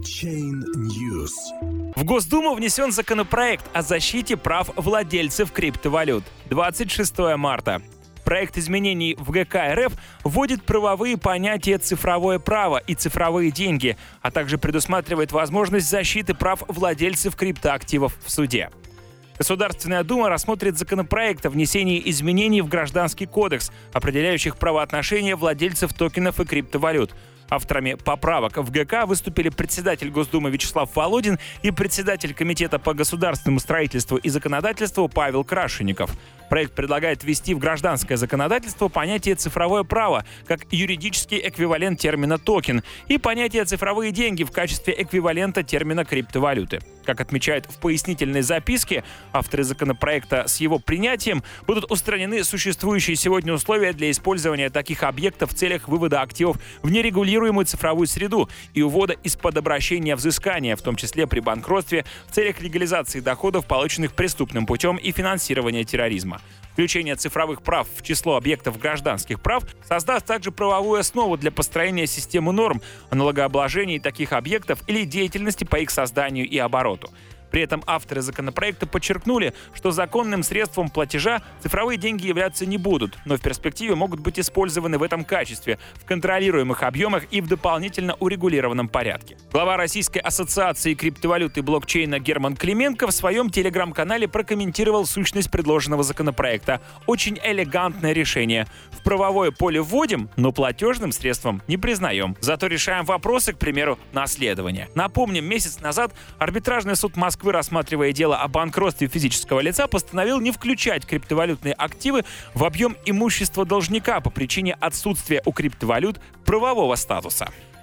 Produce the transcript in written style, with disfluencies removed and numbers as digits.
Blockchain News. В Госдуму внесен законопроект о защите прав владельцев криптовалют. 26 марта. Проект изменений в ГК РФ вводит правовые понятия «цифровое право» и «цифровые деньги», а также предусматривает возможность защиты прав владельцев криптоактивов в суде. Государственная Дума рассмотрит законопроект о внесении изменений в Гражданский кодекс, определяющих правоотношения владельцев токенов и криптовалют. Авторами поправок в ГК выступили председатель Госдумы Вячеслав Володин и председатель Комитета по государственному строительству и законодательству Павел Крашенников. Проект предлагает ввести в гражданское законодательство понятие «цифровое право» как юридический эквивалент термина «токен» и понятие «цифровые деньги» в качестве эквивалента термина «криптовалюты». Как отмечают в пояснительной записке, авторы законопроекта с его принятием будут устранены существующие сегодня условия для использования таких объектов в целях вывода активов в нерегулируемую цифровую среду и увода из-под обращения взыскания, в том числе при банкротстве, в целях легализации доходов, полученных преступным путем, и финансирования терроризма. Включение цифровых прав в число объектов гражданских прав создаст также правовую основу для построения системы норм о налогообложении таких объектов или деятельности по их созданию и обороту. При этом авторы законопроекта подчеркнули, что законным средством платежа цифровые деньги являться не будут, но в перспективе могут быть использованы в этом качестве, в контролируемых объемах и в дополнительно урегулированном порядке. Глава Российской ассоциации криптовалют и блокчейна Герман Клименко в своем телеграм-канале прокомментировал сущность предложенного законопроекта. Очень элегантное решение. В правовое поле вводим, но платежным средством не признаем. Зато решаем вопросы, к примеру, наследования. Напомним, месяц назад арбитражный суд Москвы, рассматривая дело о банкротстве физического лица, постановил не включать криптовалютные активы в объем имущества должника по причине отсутствия у криптовалют правового статуса.